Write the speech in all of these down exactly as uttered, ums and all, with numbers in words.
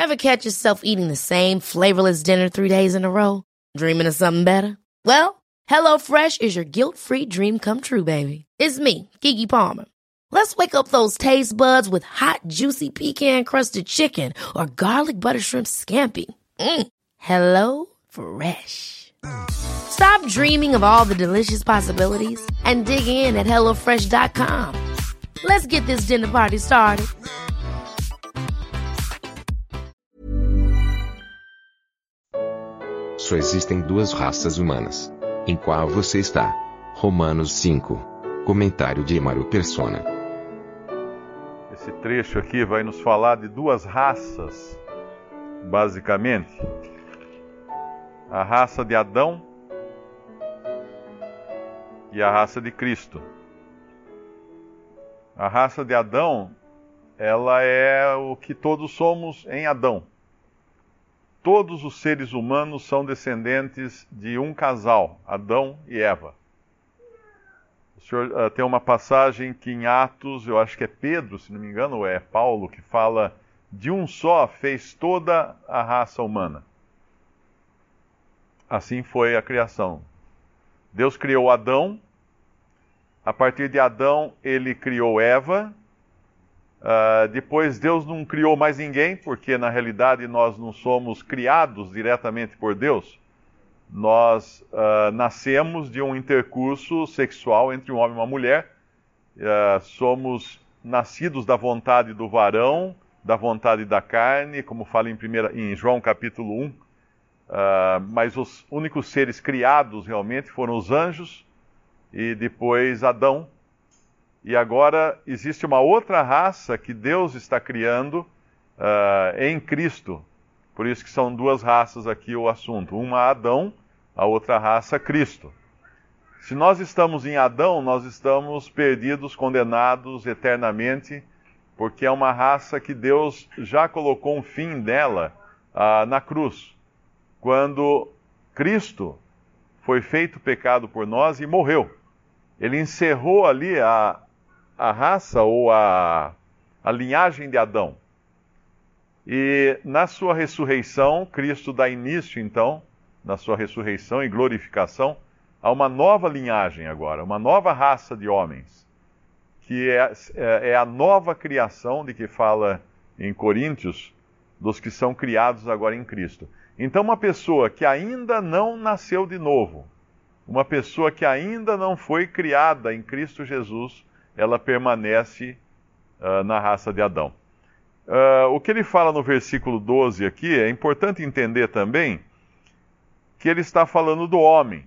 Ever catch yourself eating the same flavorless dinner three days in a row? Dreaming of something better? Well, HelloFresh is your guilt-free dream come true, baby. It's me, Keke Palmer. Let's wake up those taste buds with hot, juicy pecan-crusted chicken or garlic butter shrimp scampi. Mm. Hello Fresh. Stop dreaming of all the delicious possibilities and dig in at hello fresh dot com. Let's get this dinner party started. Só existem duas raças humanas. Em qual você está? Romanos cinco. Comentário de Emaro Persona. Esse trecho aqui vai nos falar de duas raças, basicamente. A raça de Adão e a raça de Cristo. A raça de Adão, ela é o que todos somos em Adão. Todos os seres humanos são descendentes de um casal, Adão e Eva. O senhor uh, tem uma passagem que em Atos, eu acho que é Pedro, se não me engano, ou é Paulo, que fala de um só fez toda a raça humana. Assim foi a criação. Deus criou Adão, a partir de Adão ele criou Eva. Uh, depois Deus não criou mais ninguém, porque na realidade nós não somos criados diretamente por Deus. Nós uh, nascemos de um intercurso sexual entre um homem e uma mulher. Uh, somos nascidos da vontade do varão, da vontade da carne, como fala em, primeira, em João capítulo um. Uh, mas os únicos seres criados realmente foram os anjos e depois Adão. E agora existe uma outra raça que Deus está criando uh, em Cristo. Por isso que são duas raças aqui o assunto. Uma Adão, a outra raça Cristo. Se nós estamos em Adão, nós estamos perdidos, condenados eternamente, porque é uma raça que Deus já colocou um fim dela uh, na cruz. Quando Cristo foi feito pecado por nós e morreu. Ele encerrou ali a... a raça ou a, a linhagem de Adão. E na sua ressurreição, Cristo dá início, então, na sua ressurreição e glorificação, a uma nova linhagem agora, uma nova raça de homens, que é, é, é a nova criação de que fala em Coríntios, dos que são criados agora em Cristo. Então, uma pessoa que ainda não nasceu de novo, uma pessoa que ainda não foi criada em Cristo Jesus, ela permanece uh, na raça de Adão. Uh, o que ele fala no versículo doze aqui, é importante entender também que ele está falando do homem.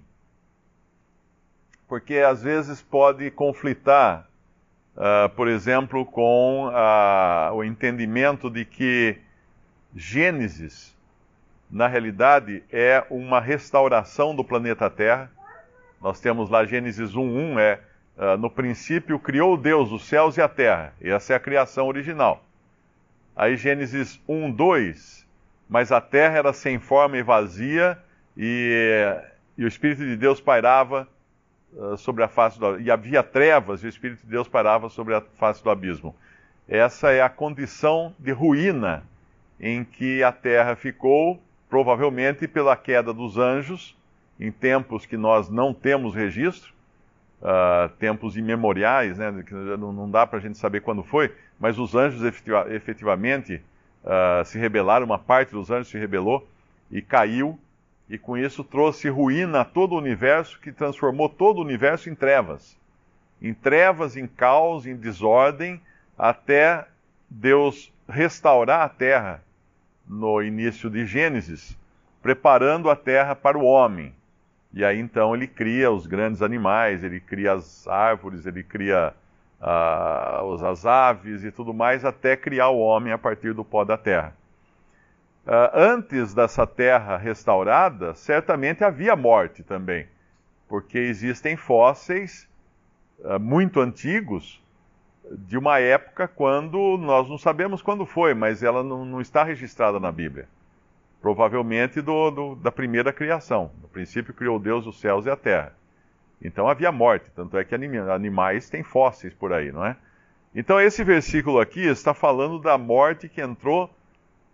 Porque às vezes pode conflitar, uh, por exemplo, com uh, o entendimento de que Gênesis, na realidade, é uma restauração do planeta Terra. Nós temos lá Gênesis um, um, é... Uh, no princípio criou Deus os céus e a terra. Essa é a criação original. Aí Gênesis um, dois, mas a terra era sem forma e vazia, e, e o Espírito de Deus pairava uh, sobre a face do... E havia trevas, e o Espírito de Deus pairava sobre a face do abismo. Essa é a condição de ruína em que a terra ficou, provavelmente pela queda dos anjos, em tempos que nós não temos registro. Uh, tempos imemoriais, né, que não, não dá para a gente saber quando foi, mas os anjos efetiva, efetivamente uh, se rebelaram, uma parte dos anjos se rebelou e caiu, e com isso trouxe ruína a todo o universo, que transformou todo o universo em trevas. Em trevas, em caos, em desordem, até Deus restaurar a terra no início de Gênesis, preparando a terra para o homem. E aí então ele cria os grandes animais, ele cria as árvores, ele cria uh, as aves e tudo mais, até criar o homem a partir do pó da terra. Uh, antes dessa terra restaurada, certamente havia morte também, porque existem fósseis uh, muito antigos, de uma época quando, nós não sabemos quando foi, mas ela não, não está registrada na Bíblia. Provavelmente do, do, da primeira criação. No princípio criou Deus os céus e a terra. Então havia morte, tanto é que anim, animais têm fósseis por aí, não é? Então esse versículo aqui está falando da morte que entrou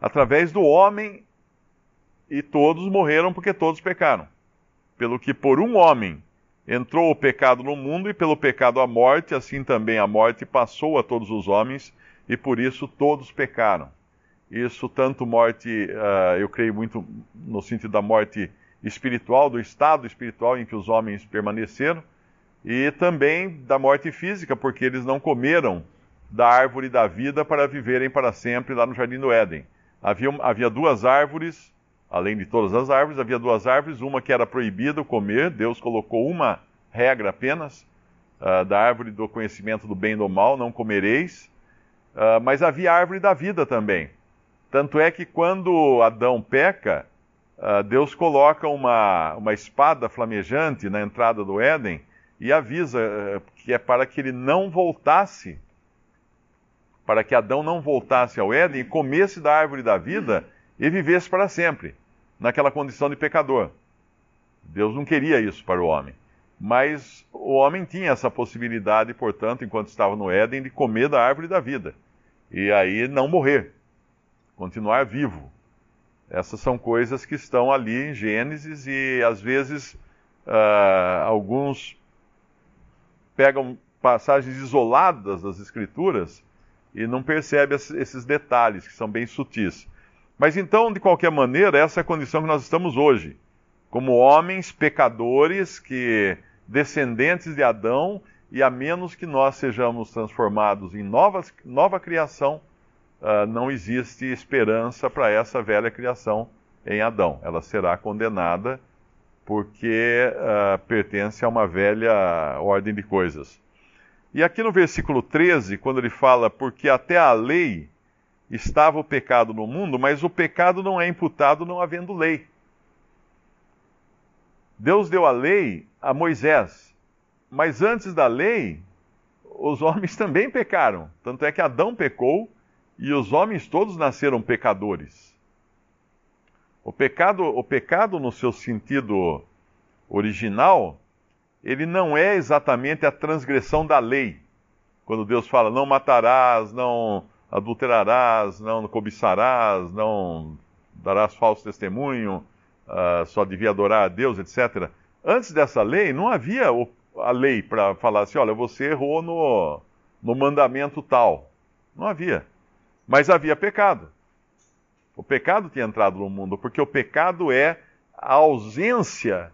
através do homem, e todos morreram porque todos pecaram. Pelo que por um homem entrou o pecado no mundo, e pelo pecado a morte, assim também a morte passou a todos os homens, e por isso todos pecaram. Isso tanto morte, uh, eu creio muito no sentido da morte espiritual, do estado espiritual em que os homens permaneceram, e também da morte física, porque eles não comeram da árvore da vida para viverem para sempre lá no Jardim do Éden. Havia, havia duas árvores, além de todas as árvores, havia duas árvores, uma que era proibido comer, Deus colocou uma regra apenas, uh, da árvore do conhecimento do bem e do mal, não comereis, uh, mas havia a árvore da vida também. Tanto é que quando Adão peca, uh, Deus coloca uma, uma espada flamejante na entrada do Éden e avisa uh, que é para que ele não voltasse, para que Adão não voltasse ao Éden e comesse da árvore da vida e vivesse para sempre, naquela condição de pecador. Deus não queria isso para o homem. Mas o homem tinha essa possibilidade, portanto, enquanto estava no Éden, de comer da árvore da vida. E aí não morrer, continuar vivo. Essas são coisas que estão ali em Gênesis e, às vezes, uh, alguns pegam passagens isoladas das Escrituras e não percebem esses detalhes, que são bem sutis. Mas então, de qualquer maneira, essa é a condição que nós estamos hoje, como homens pecadores, que descendentes de Adão, e a menos que nós sejamos transformados em novas, nova criação, uh, não existe esperança para essa velha criação em Adão. Ela será condenada porque uh, pertence a uma velha ordem de coisas. E aqui no versículo treze, quando ele fala, porque até a lei estava o pecado no mundo, mas o pecado não é imputado não havendo lei. Deus deu a lei a Moisés, mas antes da lei, os homens também pecaram. Tanto é que Adão pecou e os homens todos nasceram pecadores. O pecado, o pecado no seu sentido original, ele não é exatamente a transgressão da lei. Quando Deus fala, não matarás, não adulterarás, não cobiçarás, não darás falso testemunho, uh, só devia adorar a Deus, etcétera. Antes dessa lei, não havia o, a lei para falar assim, olha, você errou no, no mandamento tal. Não havia. Mas havia pecado. O pecado tinha entrado no mundo, porque o pecado é a ausência,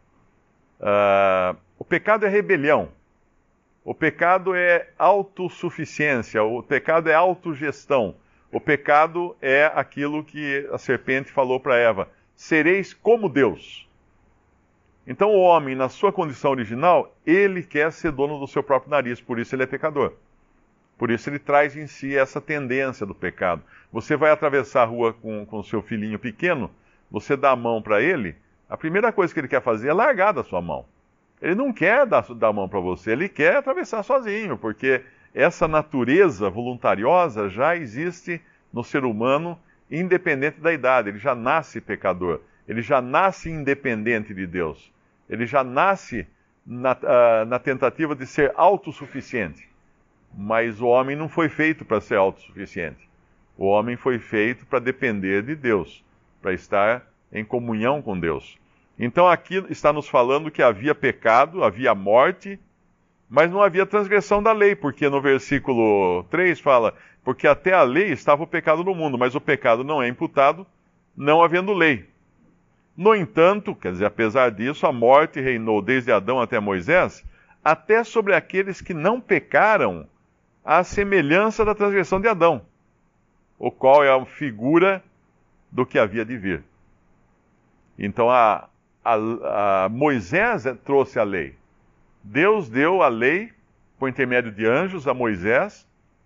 uh, o pecado é rebelião. O pecado é autossuficiência, o pecado é autogestão. O pecado é aquilo que a serpente falou para Eva, sereis como Deus. Então o homem, na sua condição original, ele quer ser dono do seu próprio nariz, por isso ele é pecador. Por isso ele traz em si essa tendência do pecado. Você vai atravessar a rua com o seu filhinho pequeno, você dá a mão para ele, a primeira coisa que ele quer fazer é largar da sua mão. Ele não quer dar, dar a mão para você, ele quer atravessar sozinho, porque essa natureza voluntariosa já existe no ser humano, independente da idade. Ele já nasce pecador, ele já nasce independente de Deus, ele já nasce na, uh, na tentativa de ser autossuficiente. Mas o homem não foi feito para ser autossuficiente. O homem foi feito para depender de Deus, para estar em comunhão com Deus. Então aqui está nos falando que havia pecado, havia morte, mas não havia transgressão da lei, porque no versículo três fala, porque até a lei estava o pecado no mundo, mas o pecado não é imputado, não havendo lei. No entanto, quer dizer, apesar disso, a morte reinou desde Adão até Moisés, até sobre aqueles que não pecaram, à semelhança da transgressão de Adão, o qual é a figura do que havia de vir. Então a A, a Moisés trouxe a lei. Deus deu a lei por intermédio de anjos a Moisés,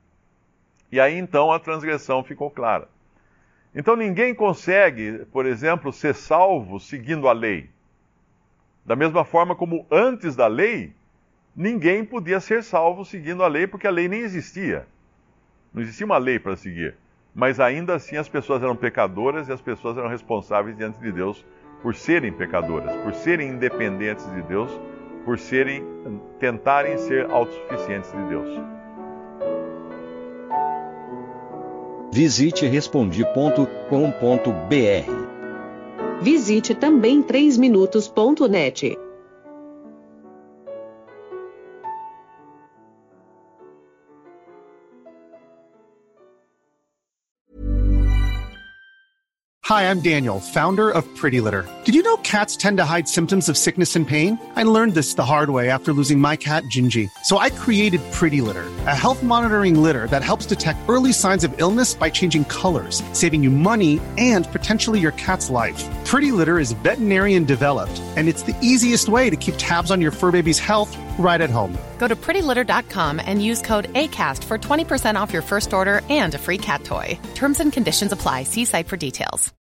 e aí então a transgressão ficou clara. Então ninguém consegue, por exemplo, ser salvo seguindo a lei. Da mesma forma como antes da lei, ninguém podia ser salvo seguindo a lei, porque a lei nem existia. Não existia uma lei para seguir. Mas ainda assim as pessoas eram pecadoras e as pessoas eram responsáveis diante de Deus por serem pecadoras, por serem independentes de Deus, por serem, tentarem ser autossuficientes de Deus. Visite respondi ponto com ponto br. Visite também três minutos ponto net. Hi, I'm Daniel, founder of Pretty Litter. Did you know cats tend to hide symptoms of sickness and pain? I learned this the hard way after losing my cat, Gingy. So I created Pretty Litter, a health monitoring litter that helps detect early signs of illness by changing colors, saving you money and potentially your cat's life. Pretty Litter is veterinarian developed, and it's the easiest way to keep tabs on your fur baby's health right at home. Go to pretty litter dot com and use code ACAST for twenty percent off your first order and a free cat toy. Terms and conditions apply. See site for details.